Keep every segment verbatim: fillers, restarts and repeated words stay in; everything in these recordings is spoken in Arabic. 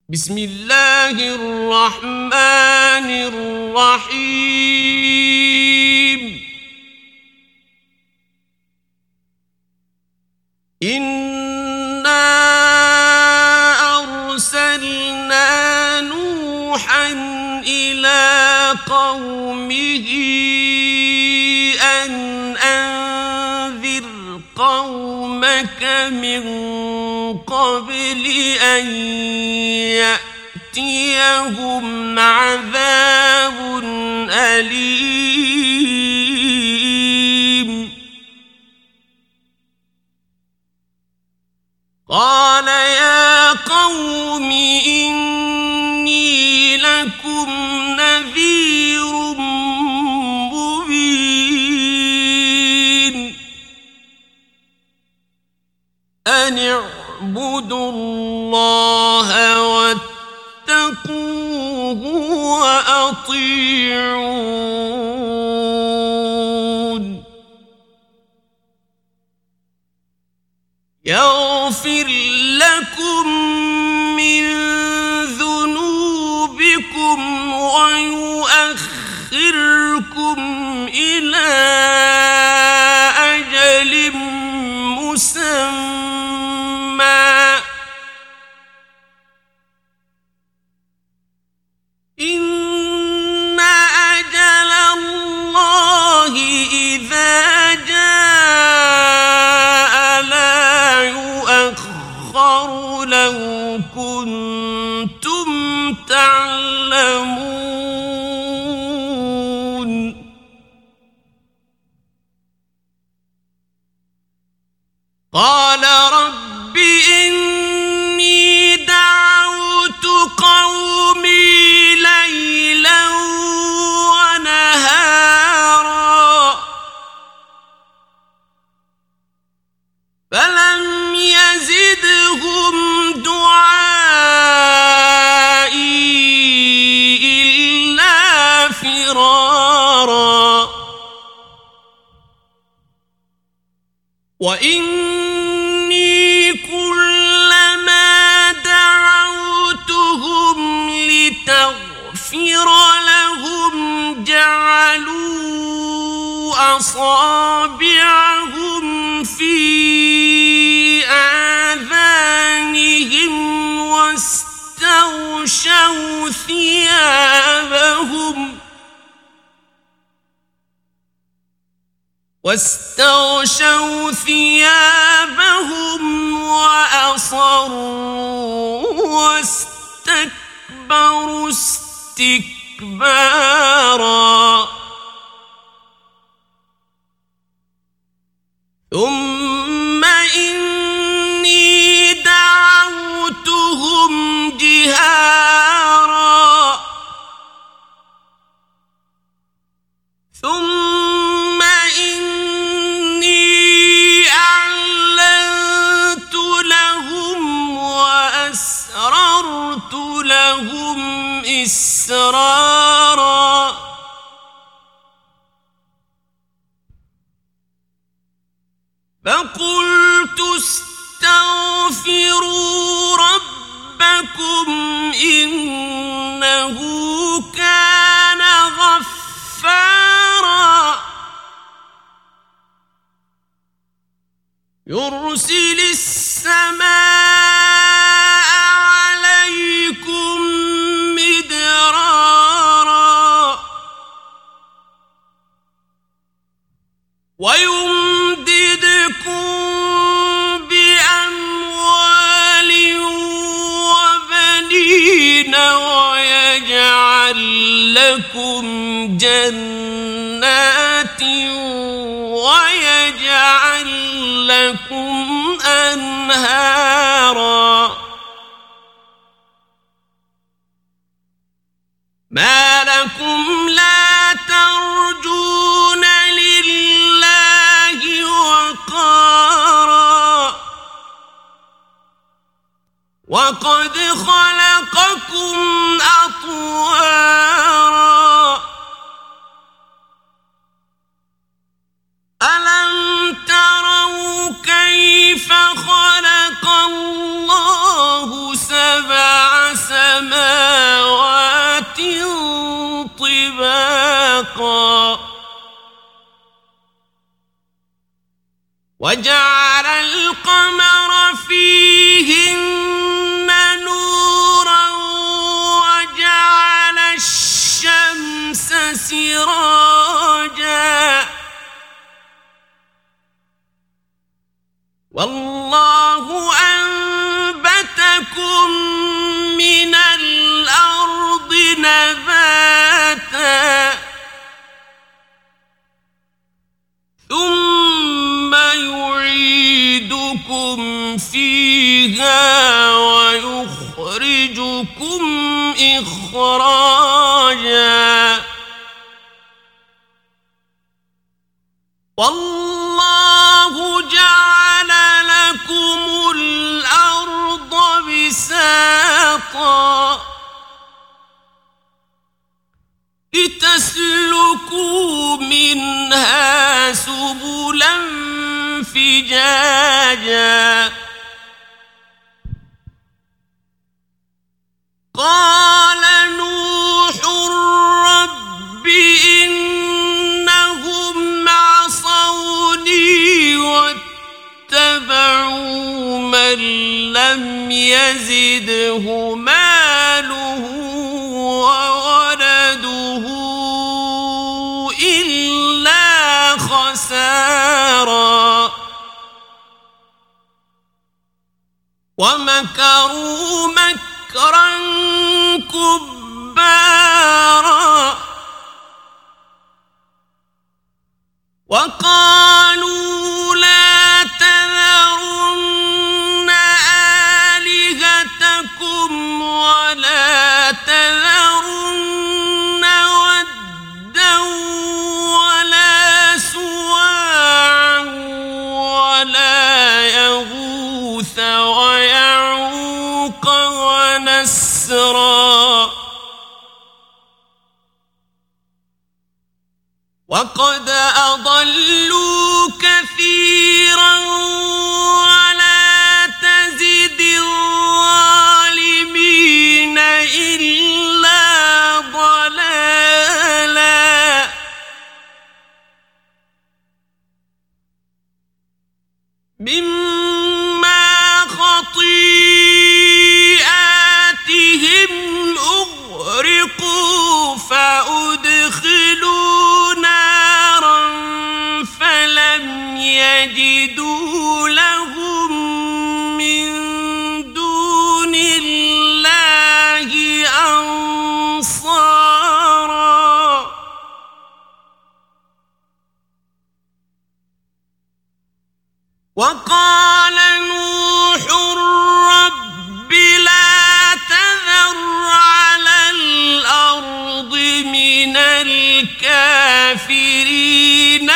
بسم الله الرحمن الرحيم. إنا أرسلنا نوحا إلى قومه أن أنذر قومك من قبل أن يأتيهم عذاب أليم. قال يا قوم إني لكم نذير مبين أن اعبدوا الله واتقوه وأطيعون. يغفر لكم من ذنوبكم ويؤخركم إلى أجل مسمى إن أجل الله إذا جاء لا يؤخر لو كنتم تعلمون. قال رب إني دعوت قومي ليلا ونهارا فلم يزدهم دعائي إلا فرارا وإني كلما دعوتهم لتغفر لهم جعلوا أصابعهم في آذانهم واستغشوا ثيابهم واستغشوا ثيابهم وأصروا واستكبروا استكبارا. ثم إني دعوتهم جهارا ثم إني أعلنت لهم وأسررت لهم إسرارا فقلت استغفروا ربكم إنه كان غفارا يرسل السماء عليكم مدرارا ويمددكم بأموال وبنين ويجعل لكم جنات ويجعل لكم أنهارا. ما لكم لا ترجون لله وقارا وقد خلقكم أطوارا ألم تروا كيف خلق الله سبع سماوات وجعل القمر فيهن نورا وجعل الشمس سراجا والله أنبتكم من الأرض نباتا ثم يعيدكم فيها ويخرجكم إخراجا والله جعل لكم الأرض بساطا لتسلكوا منها سبلا فجاجا قال نوح رب إنهم عصوني واتبعوا من لم يزده ماله وولده إلا خسارا ومكروا مكرا كبارا وقالوا لا تذرن آلهتكم ولا تذرن ودا ولا سواعا ولا يغوث ويعوق ونسرا وقد أضلوا كثيرا ولا تزد الظالمين إلا ضلالا مما خطيئاتهم أغرقوا فأدخلوا نارا فلم يجدوا لهم من دون الله أنصارا وقال نوح رب لا تذر على الأرض من الكافرين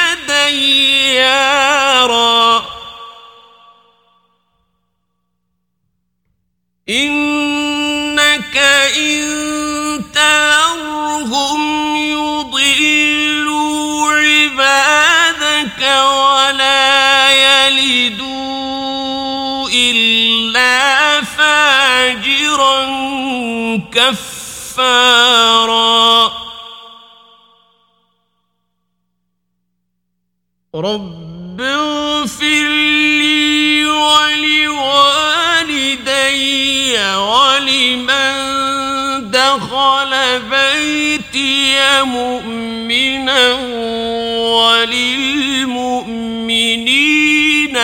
ديارا إنك إن تذرهم يضلوا عبادك ولا يلدوا إلا فاجرا كفارا رب اغفر لي ولوالدي ولمن دخل بيتي مؤمنا وللمؤمنين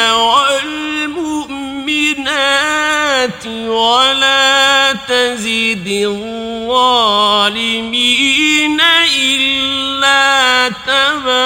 والمؤمنات ولا تزد الظالمين إلا تبارا